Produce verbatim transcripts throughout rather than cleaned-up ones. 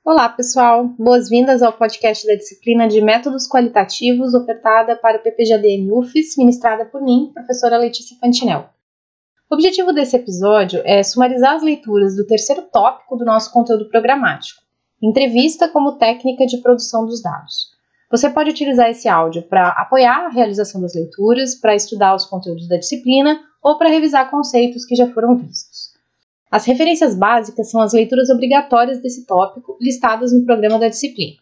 Olá, pessoal! Boas-vindas ao podcast da disciplina de Métodos Qualitativos ofertada para o P P G A D N U F S, ministrada por mim, professora Letícia Fantinel. O objetivo desse episódio é sumarizar as leituras do terceiro tópico do nosso conteúdo programático, entrevista como técnica de produção dos dados. Você pode utilizar esse áudio para apoiar a realização das leituras, para estudar os conteúdos da disciplina ou para revisar conceitos que já foram vistos. As referências básicas são as leituras obrigatórias desse tópico, listadas no programa da disciplina.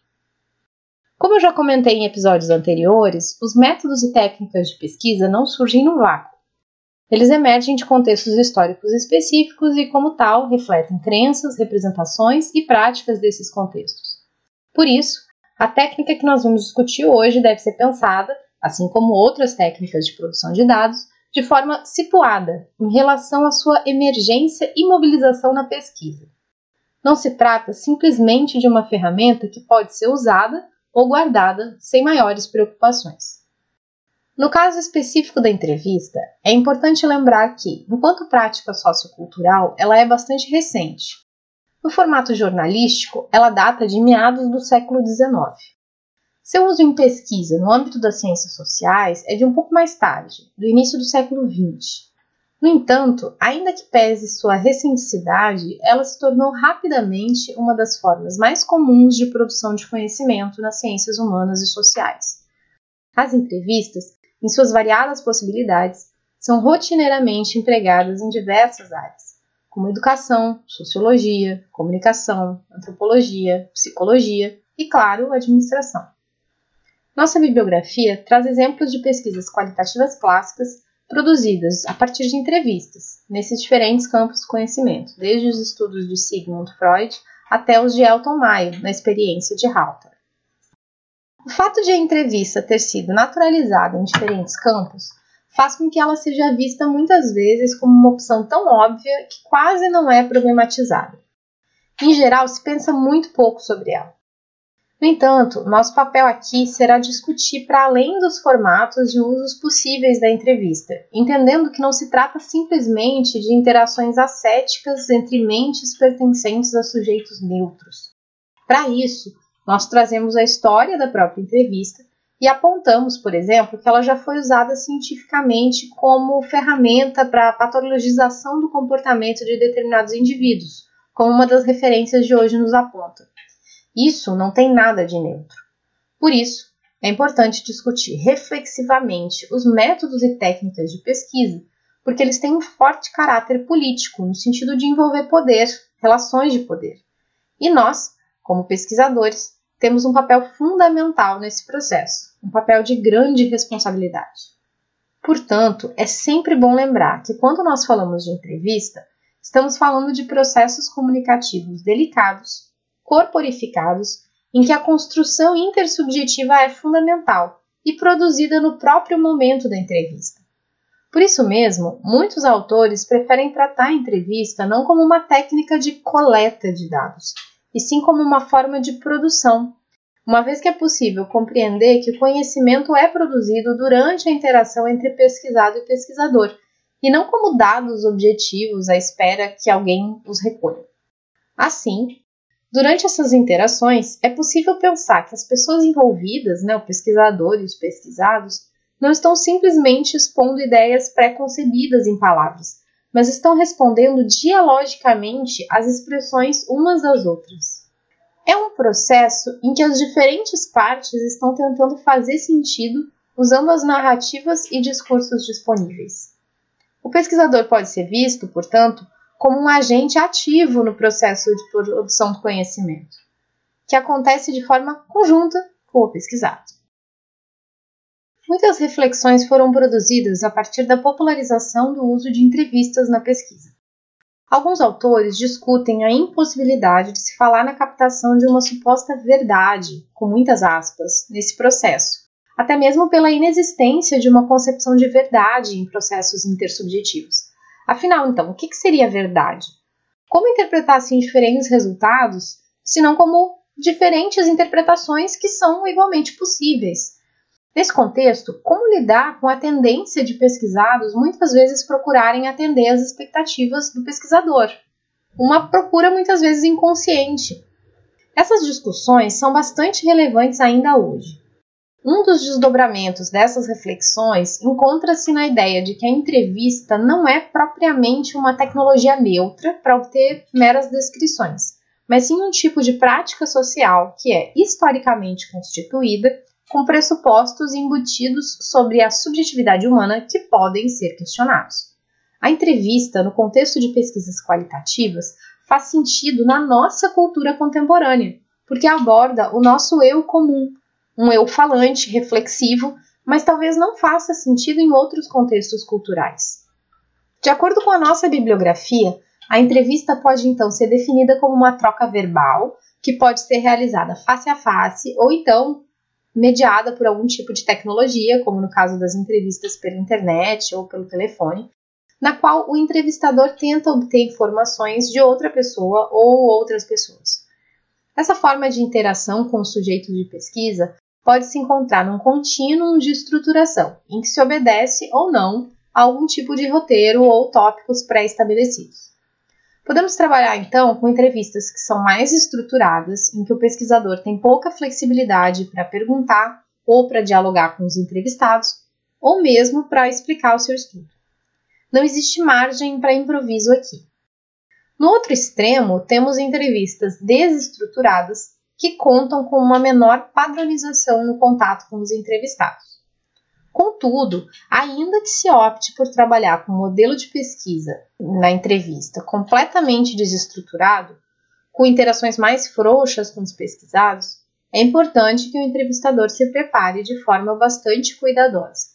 Como eu já comentei em episódios anteriores, os métodos e técnicas de pesquisa não surgem no vácuo. Eles emergem de contextos históricos específicos e, como tal, refletem crenças, representações e práticas desses contextos. Por isso, a técnica que nós vamos discutir hoje deve ser pensada, assim como outras técnicas de produção de dados, de forma situada em relação à sua emergência e mobilização na pesquisa. Não se trata simplesmente de uma ferramenta que pode ser usada ou guardada sem maiores preocupações. No caso específico da entrevista, é importante lembrar que, enquanto prática sociocultural, ela é bastante recente. No formato jornalístico, ela data de meados do século dezenove. Seu uso em pesquisa no âmbito das ciências sociais é de um pouco mais tarde, do início do século vinte. No entanto, ainda que pese sua recenticidade, ela se tornou rapidamente uma das formas mais comuns de produção de conhecimento nas ciências humanas e sociais. As entrevistas, em suas variadas possibilidades, são rotineiramente empregadas em diversas áreas, como educação, sociologia, comunicação, antropologia, psicologia e, claro, administração. Nossa bibliografia traz exemplos de pesquisas qualitativas clássicas produzidas a partir de entrevistas, nesses diferentes campos do conhecimento, desde os estudos de Sigmund Freud até os de Elton Mayo, na experiência de Halter. O fato de a entrevista ter sido naturalizada em diferentes campos faz com que ela seja vista muitas vezes como uma opção tão óbvia que quase não é problematizada. Em geral, se pensa muito pouco sobre ela. No entanto, nosso papel aqui será discutir para além dos formatos e usos possíveis da entrevista, entendendo que não se trata simplesmente de interações ascéticas entre mentes pertencentes a sujeitos neutros. Para isso, nós trazemos a história da própria entrevista e apontamos, por exemplo, que ela já foi usada cientificamente como ferramenta para a patologização do comportamento de determinados indivíduos, como uma das referências de hoje nos aponta. Isso não tem nada de neutro. Por isso, é importante discutir reflexivamente os métodos e técnicas de pesquisa, porque eles têm um forte caráter político, no sentido de envolver poder, relações de poder. E nós, como pesquisadores, temos um papel fundamental nesse processo, um papel de grande responsabilidade. Portanto, é sempre bom lembrar que quando nós falamos de entrevista, estamos falando de processos comunicativos delicados, corporificados, em que a construção intersubjetiva é fundamental e produzida no próprio momento da entrevista. Por isso mesmo, muitos autores preferem tratar a entrevista não como uma técnica de coleta de dados, e sim como uma forma de produção, uma vez que é possível compreender que o conhecimento é produzido durante a interação entre pesquisado e pesquisador, e não como dados objetivos à espera que alguém os recolha. Assim, durante essas interações, é possível pensar que as pessoas envolvidas, né, o pesquisador e os pesquisados, não estão simplesmente expondo ideias pré-concebidas em palavras, mas estão respondendo dialogicamente às expressões umas das outras. É um processo em que as diferentes partes estão tentando fazer sentido usando as narrativas e discursos disponíveis. O pesquisador pode ser visto, portanto, como um agente ativo no processo de produção do conhecimento, que acontece de forma conjunta com o pesquisado. Muitas reflexões foram produzidas a partir da popularização do uso de entrevistas na pesquisa. Alguns autores discutem a impossibilidade de se falar na captação de uma suposta verdade, com muitas aspas, nesse processo, até mesmo pela inexistência de uma concepção de verdade em processos intersubjetivos. Afinal, então, o que seria verdade? Como interpretar assim diferentes resultados, se não como diferentes interpretações que são igualmente possíveis? Nesse contexto, como lidar com a tendência de pesquisados muitas vezes procurarem atender às expectativas do pesquisador? Uma procura muitas vezes inconsciente. Essas discussões são bastante relevantes ainda hoje. Um dos desdobramentos dessas reflexões encontra-se na ideia de que a entrevista não é propriamente uma tecnologia neutra para obter meras descrições, mas sim um tipo de prática social que é historicamente constituída com pressupostos embutidos sobre a subjetividade humana que podem ser questionados. A entrevista, no contexto de pesquisas qualitativas, faz sentido na nossa cultura contemporânea, porque aborda o nosso eu comum, um eu falante, reflexivo, mas talvez não faça sentido em outros contextos culturais. De acordo com a nossa bibliografia, a entrevista pode então ser definida como uma troca verbal, que pode ser realizada face a face ou então mediada por algum tipo de tecnologia, como no caso das entrevistas pela internet ou pelo telefone, na qual o entrevistador tenta obter informações de outra pessoa ou outras pessoas. Essa forma de interação com o sujeito de pesquisa pode se encontrar num contínuo de estruturação, em que se obedece ou não a algum tipo de roteiro ou tópicos pré-estabelecidos. Podemos trabalhar, então, com entrevistas que são mais estruturadas, em que o pesquisador tem pouca flexibilidade para perguntar ou para dialogar com os entrevistados, ou mesmo para explicar o seu estudo. Não existe margem para improviso aqui. No outro extremo, temos entrevistas desestruturadas, que contam com uma menor padronização no contato com os entrevistados. Contudo, ainda que se opte por trabalhar com um modelo de pesquisa na entrevista completamente desestruturado, com interações mais frouxas com os pesquisados, é importante que o entrevistador se prepare de forma bastante cuidadosa.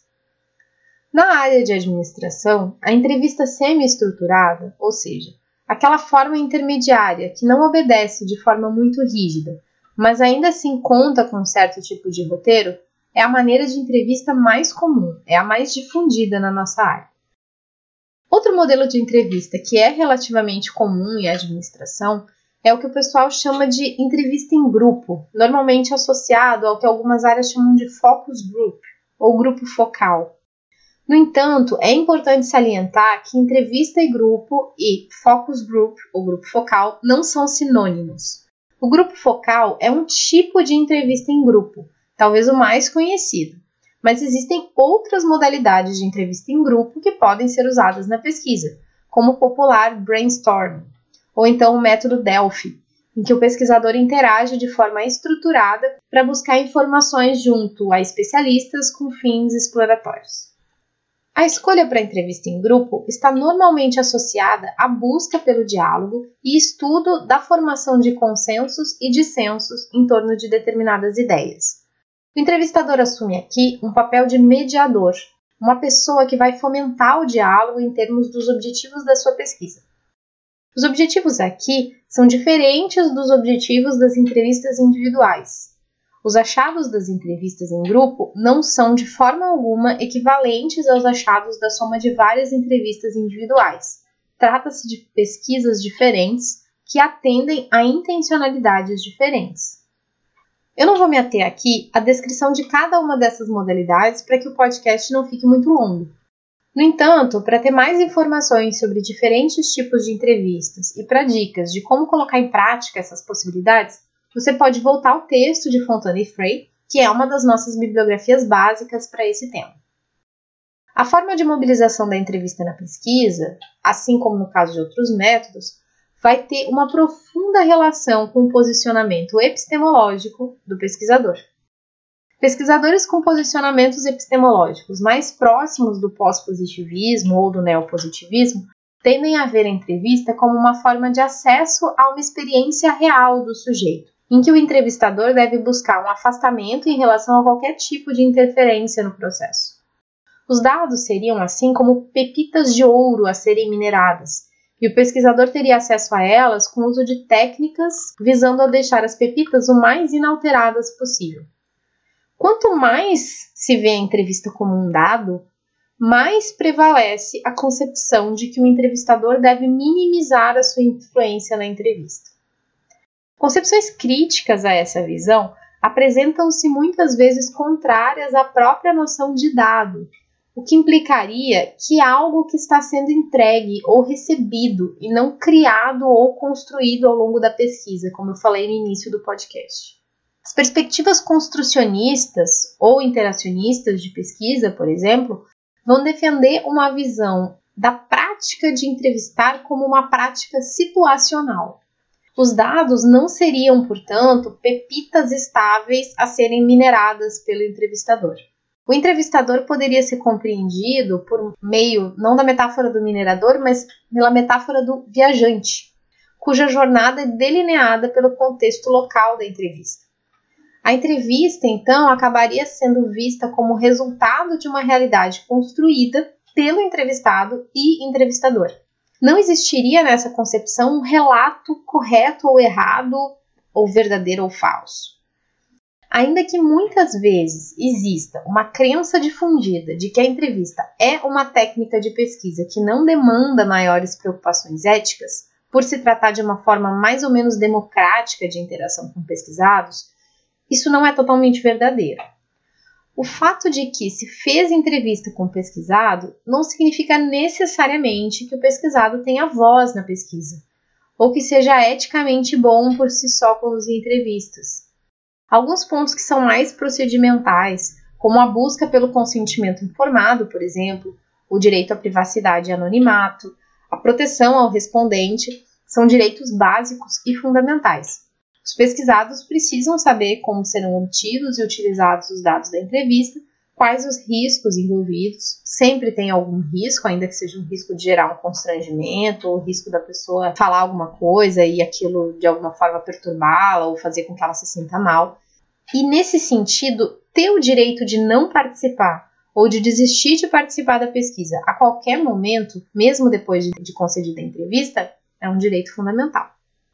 Na área de administração, a entrevista semi-estruturada, ou seja, aquela forma intermediária que não obedece de forma muito rígida, mas ainda assim conta com um certo tipo de roteiro, é a maneira de entrevista mais comum, é a mais difundida na nossa área. Outro modelo de entrevista que é relativamente comum em administração é o que o pessoal chama de entrevista em grupo, normalmente associado ao que algumas áreas chamam de focus group, ou grupo focal. No entanto, é importante salientar que entrevista e grupo e focus group, ou grupo focal, não são sinônimos. O grupo focal é um tipo de entrevista em grupo, talvez o mais conhecido, mas existem outras modalidades de entrevista em grupo que podem ser usadas na pesquisa, como o popular brainstorming, ou então o método Delphi, em que o pesquisador interage de forma estruturada para buscar informações junto a especialistas com fins exploratórios. A escolha para a entrevista em grupo está normalmente associada à busca pelo diálogo e estudo da formação de consensos e dissensos em torno de determinadas ideias. O entrevistador assume aqui um papel de mediador, uma pessoa que vai fomentar o diálogo em termos dos objetivos da sua pesquisa. Os objetivos aqui são diferentes dos objetivos das entrevistas individuais. Os achados das entrevistas em grupo não são de forma alguma equivalentes aos achados da soma de várias entrevistas individuais. Trata-se de pesquisas diferentes que atendem a intencionalidades diferentes. Eu não vou me ater aqui à descrição de cada uma dessas modalidades para que o podcast não fique muito longo. No entanto, para ter mais informações sobre diferentes tipos de entrevistas e para dicas de como colocar em prática essas possibilidades, você pode voltar ao texto de Fontana e Frey, que é uma das nossas bibliografias básicas para esse tema. A forma de mobilização da entrevista na pesquisa, assim como no caso de outros métodos, vai ter uma profunda relação com o posicionamento epistemológico do pesquisador. Pesquisadores com posicionamentos epistemológicos mais próximos do pós-positivismo ou do neopositivismo tendem a ver a entrevista como uma forma de acesso a uma experiência real do sujeito, em que o entrevistador deve buscar um afastamento em relação a qualquer tipo de interferência no processo. Os dados seriam, assim, como pepitas de ouro a serem mineradas, e o pesquisador teria acesso a elas com o uso de técnicas visando a deixar as pepitas o mais inalteradas possível. Quanto mais se vê a entrevista como um dado, mais prevalece a concepção de que o entrevistador deve minimizar a sua influência na entrevista. Concepções críticas a essa visão apresentam-se muitas vezes contrárias à própria noção de dado, o que implicaria que algo que está sendo entregue ou recebido e não criado ou construído ao longo da pesquisa, como eu falei no início do podcast. As perspectivas construcionistas ou interacionistas de pesquisa, por exemplo, vão defender uma visão da prática de entrevistar como uma prática situacional. Os dados não seriam, portanto, pepitas estáveis a serem mineradas pelo entrevistador. O entrevistador poderia ser compreendido por meio, não da metáfora do minerador, mas pela metáfora do viajante, cuja jornada é delineada pelo contexto local da entrevista. A entrevista, então, acabaria sendo vista como resultado de uma realidade construída pelo entrevistado e entrevistador. Não existiria nessa concepção um relato correto ou errado, ou verdadeiro ou falso. Ainda que muitas vezes exista uma crença difundida de que a entrevista é uma técnica de pesquisa que não demanda maiores preocupações éticas, por se tratar de uma forma mais ou menos democrática de interação com pesquisados, isso não é totalmente verdadeiro. O fato de que se fez entrevista com o pesquisado não significa necessariamente que o pesquisado tenha voz na pesquisa, ou que seja eticamente bom por si só conduzir entrevistas. Alguns pontos que são mais procedimentais, como a busca pelo consentimento informado, por exemplo, o direito à privacidade e anonimato, a proteção ao respondente, são direitos básicos e fundamentais. Os pesquisados precisam saber como serão obtidos e utilizados os dados da entrevista, quais os riscos envolvidos, sempre tem algum risco, ainda que seja um risco de gerar um constrangimento, ou o risco da pessoa falar alguma coisa e aquilo de alguma forma perturbá-la ou fazer com que ela se sinta mal. E nesse sentido, ter o direito de não participar ou de desistir de participar da pesquisa a qualquer momento, mesmo depois de, de concedida a entrevista, é um direito fundamental.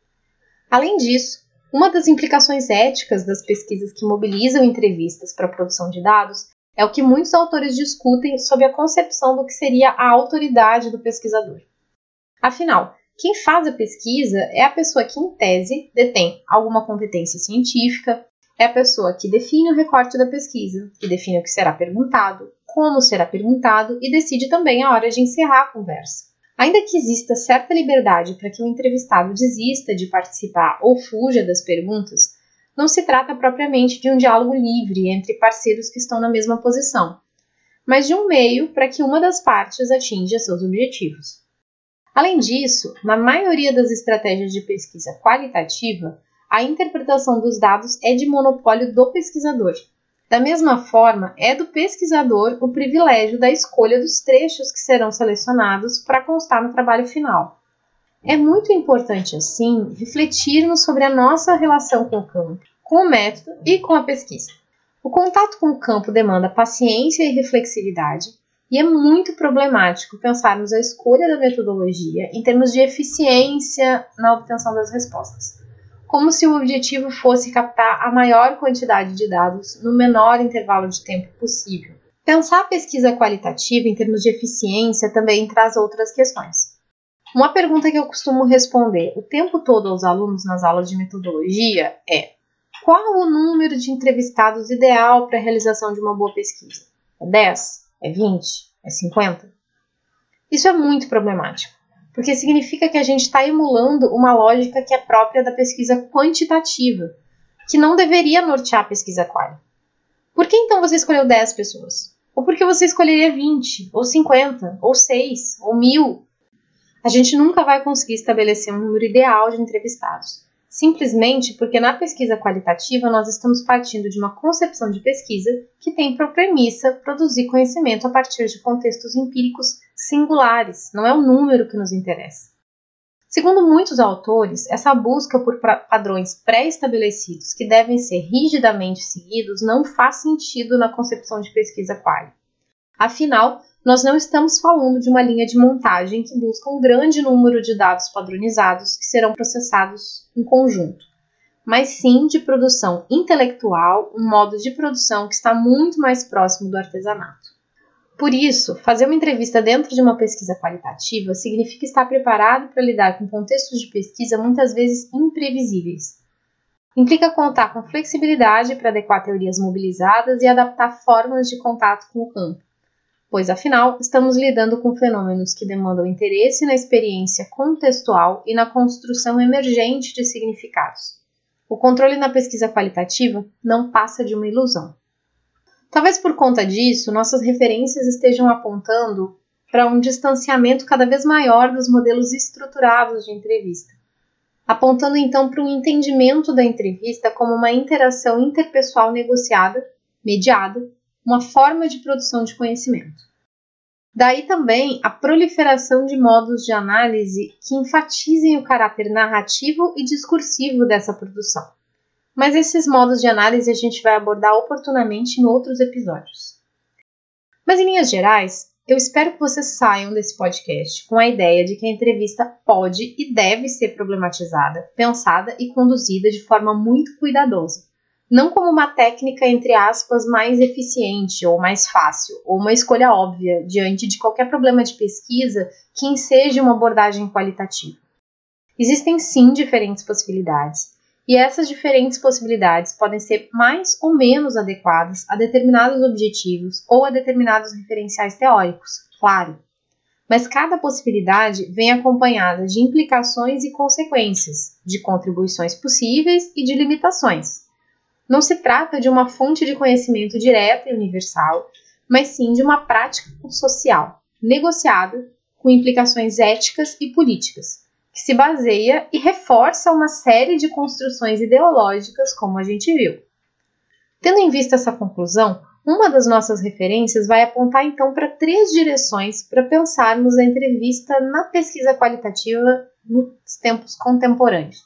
Além disso, uma das implicações éticas das pesquisas que mobilizam entrevistas para a produção de dados é o que muitos autores discutem sobre a concepção do que seria a autoridade do pesquisador. Afinal, quem faz a pesquisa é a pessoa que, em tese, detém alguma competência científica, é a pessoa que define o recorte da pesquisa, que define o que será perguntado, como será perguntado e decide também a hora de encerrar a conversa. Ainda que exista certa liberdade para que o entrevistado desista de participar ou fuja das perguntas, não se trata propriamente de um diálogo livre entre parceiros que estão na mesma posição, mas de um meio para que uma das partes atinja seus objetivos. Além disso, na maioria das estratégias de pesquisa qualitativa, a interpretação dos dados é de monopólio do pesquisador. Da mesma forma, é do pesquisador o privilégio da escolha dos trechos que serão selecionados para constar no trabalho final. É muito importante, assim, refletirmos sobre a nossa relação com o campo, com o método e com a pesquisa. O contato com o campo demanda paciência e reflexividade, e é muito problemático pensarmos a escolha da metodologia em termos de eficiência na obtenção das respostas, como se o objetivo fosse captar a maior quantidade de dados no menor intervalo de tempo possível. Pensar a pesquisa qualitativa em termos de eficiência também traz outras questões. Uma pergunta que eu costumo responder o tempo todo aos alunos nas aulas de metodologia é: qual o número de entrevistados ideal para a realização de uma boa pesquisa? É dez? É vinte? É cinquenta? Isso é muito problemático, porque significa que a gente está emulando uma lógica que é própria da pesquisa quantitativa, que não deveria nortear a pesquisa quali. Por que então você escolheu dez pessoas? Ou por que você escolheria vinte, ou cinquenta, ou seis, ou mil? A gente nunca vai conseguir estabelecer um número ideal de entrevistados, simplesmente porque na pesquisa qualitativa nós estamos partindo de uma concepção de pesquisa que tem por premissa produzir conhecimento a partir de contextos empíricos singulares, não é o número que nos interessa. Segundo muitos autores, essa busca por padrões pré-estabelecidos que devem ser rigidamente seguidos não faz sentido na concepção de pesquisa quali. Afinal, nós não estamos falando de uma linha de montagem que busca um grande número de dados padronizados que serão processados em conjunto, mas sim de produção intelectual, um modo de produção que está muito mais próximo do artesanato. Por isso, fazer uma entrevista dentro de uma pesquisa qualitativa significa estar preparado para lidar com contextos de pesquisa muitas vezes imprevisíveis. Implica contar com flexibilidade para adequar teorias mobilizadas e adaptar formas de contato com o campo. pois afinal estamos lidando com fenômenos que demandam interesse na experiência contextual e na construção emergente de significados. O controle na pesquisa qualitativa não passa de uma ilusão. Talvez por conta disso, nossas referências estejam apontando para um distanciamento cada vez maior dos modelos estruturados de entrevista, apontando então para um entendimento da entrevista como uma interação interpessoal negociada, mediada, uma forma de produção de conhecimento. Daí também a proliferação de modos de análise que enfatizem o caráter narrativo e discursivo dessa produção. Mas esses modos de análise a gente vai abordar oportunamente em outros episódios. Mas em linhas gerais, eu espero que vocês saiam desse podcast com a ideia de que a entrevista pode e deve ser problematizada, pensada e conduzida de forma muito cuidadosa. Não como uma técnica, entre aspas, mais eficiente ou mais fácil, ou uma escolha óbvia diante de qualquer problema de pesquisa que enseje uma abordagem qualitativa. Existem sim diferentes possibilidades, e essas diferentes possibilidades podem ser mais ou menos adequadas a determinados objetivos ou a determinados referenciais teóricos, claro. Mas cada possibilidade vem acompanhada de implicações e consequências, de contribuições possíveis e de limitações. Não se trata de uma fonte de conhecimento direta e universal, mas sim de uma prática social, negociada, com implicações éticas e políticas, que se baseia e reforça uma série de construções ideológicas, como a gente viu. Tendo em vista essa conclusão, uma das nossas referências vai apontar então para três direções para pensarmos a entrevista na pesquisa qualitativa nos tempos contemporâneos.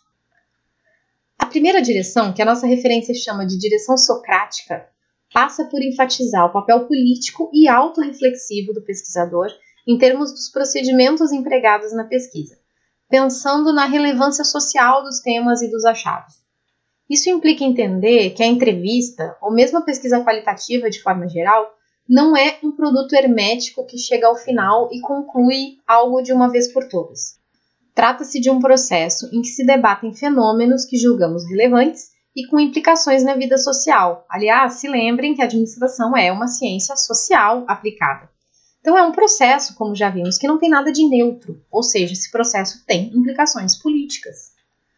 A primeira direção, que a nossa referência chama de direção socrática, passa por enfatizar o papel político e autorreflexivo do pesquisador em termos dos procedimentos empregados na pesquisa, pensando na relevância social dos temas e dos achados. Isso implica entender que a entrevista, ou mesmo a pesquisa qualitativa de forma geral, não é um produto hermético que chega ao final e conclui algo de uma vez por todas. Trata-se de um processo em que se debatem fenômenos que julgamos relevantes e com implicações na vida social. Aliás, se lembrem que a administração é uma ciência social aplicada. Então é um processo, como já vimos, que não tem nada de neutro, ou seja, esse processo tem implicações políticas.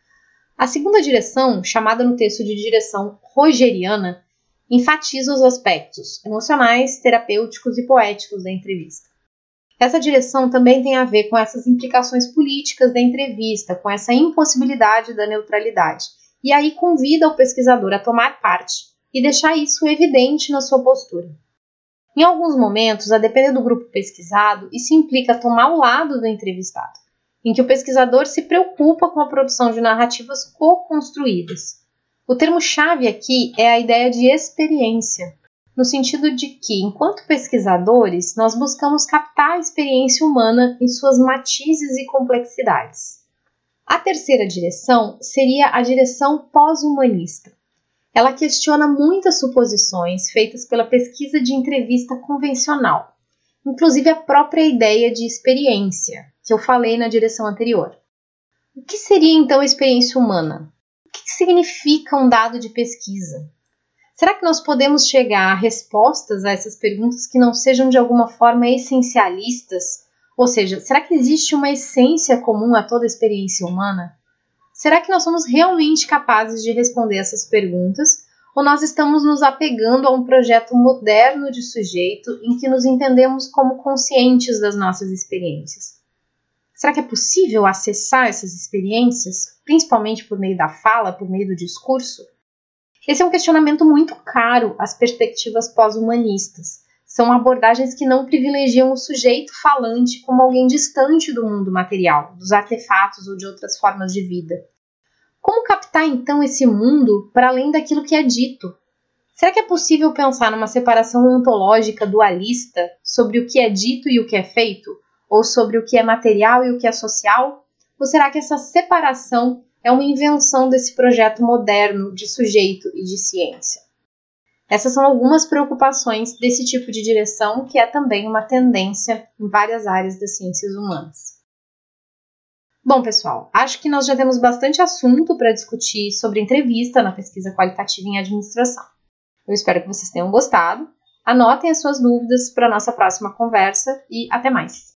A segunda direção, chamada no texto de direção rogeriana, enfatiza os aspectos emocionais, terapêuticos e poéticos da entrevista. Essa direção também tem a ver com essas implicações políticas da entrevista, com essa impossibilidade da neutralidade, e aí convida o pesquisador a tomar parte e deixar isso evidente na sua postura. Em alguns momentos, a depender do grupo pesquisado, isso implica tomar o lado do entrevistado, em que o pesquisador se preocupa com a produção de narrativas co-construídas. O termo-chave aqui é a ideia de experiência, no sentido de que, enquanto pesquisadores, nós buscamos captar a experiência humana em suas matizes e complexidades. A terceira direção seria a direção pós-humanista. Ela questiona muitas suposições feitas pela pesquisa de entrevista convencional, inclusive a própria ideia de experiência, que eu falei na direção anterior. O que seria então a experiência humana? O que significa um dado de pesquisa? Será que nós podemos chegar a respostas a essas perguntas que não sejam de alguma forma essencialistas? Ou seja, será que existe uma essência comum a toda a experiência humana? Será que nós somos realmente capazes de responder essas perguntas? Ou nós estamos nos apegando a um projeto moderno de sujeito em que nos entendemos como conscientes das nossas experiências? Será que é possível acessar essas experiências, principalmente por meio da fala, por meio do discurso? Esse é um questionamento muito caro às perspectivas pós-humanistas. São abordagens que não privilegiam o sujeito falante como alguém distante do mundo material, dos artefatos ou de outras formas de vida. Como captar então esse mundo para além daquilo que é dito? Será que é possível pensar numa separação ontológica dualista sobre o que é dito e o que é feito? Ou sobre o que é material e o que é social? Ou será que essa separação é uma invenção desse projeto moderno de sujeito e de ciência? Essas são algumas preocupações desse tipo de direção, que é também uma tendência em várias áreas das ciências humanas. Bom, pessoal, acho que nós já temos bastante assunto para discutir sobre entrevista na pesquisa qualitativa em administração. Eu espero que vocês tenham gostado. Anotem as suas dúvidas para a nossa próxima conversa e até mais!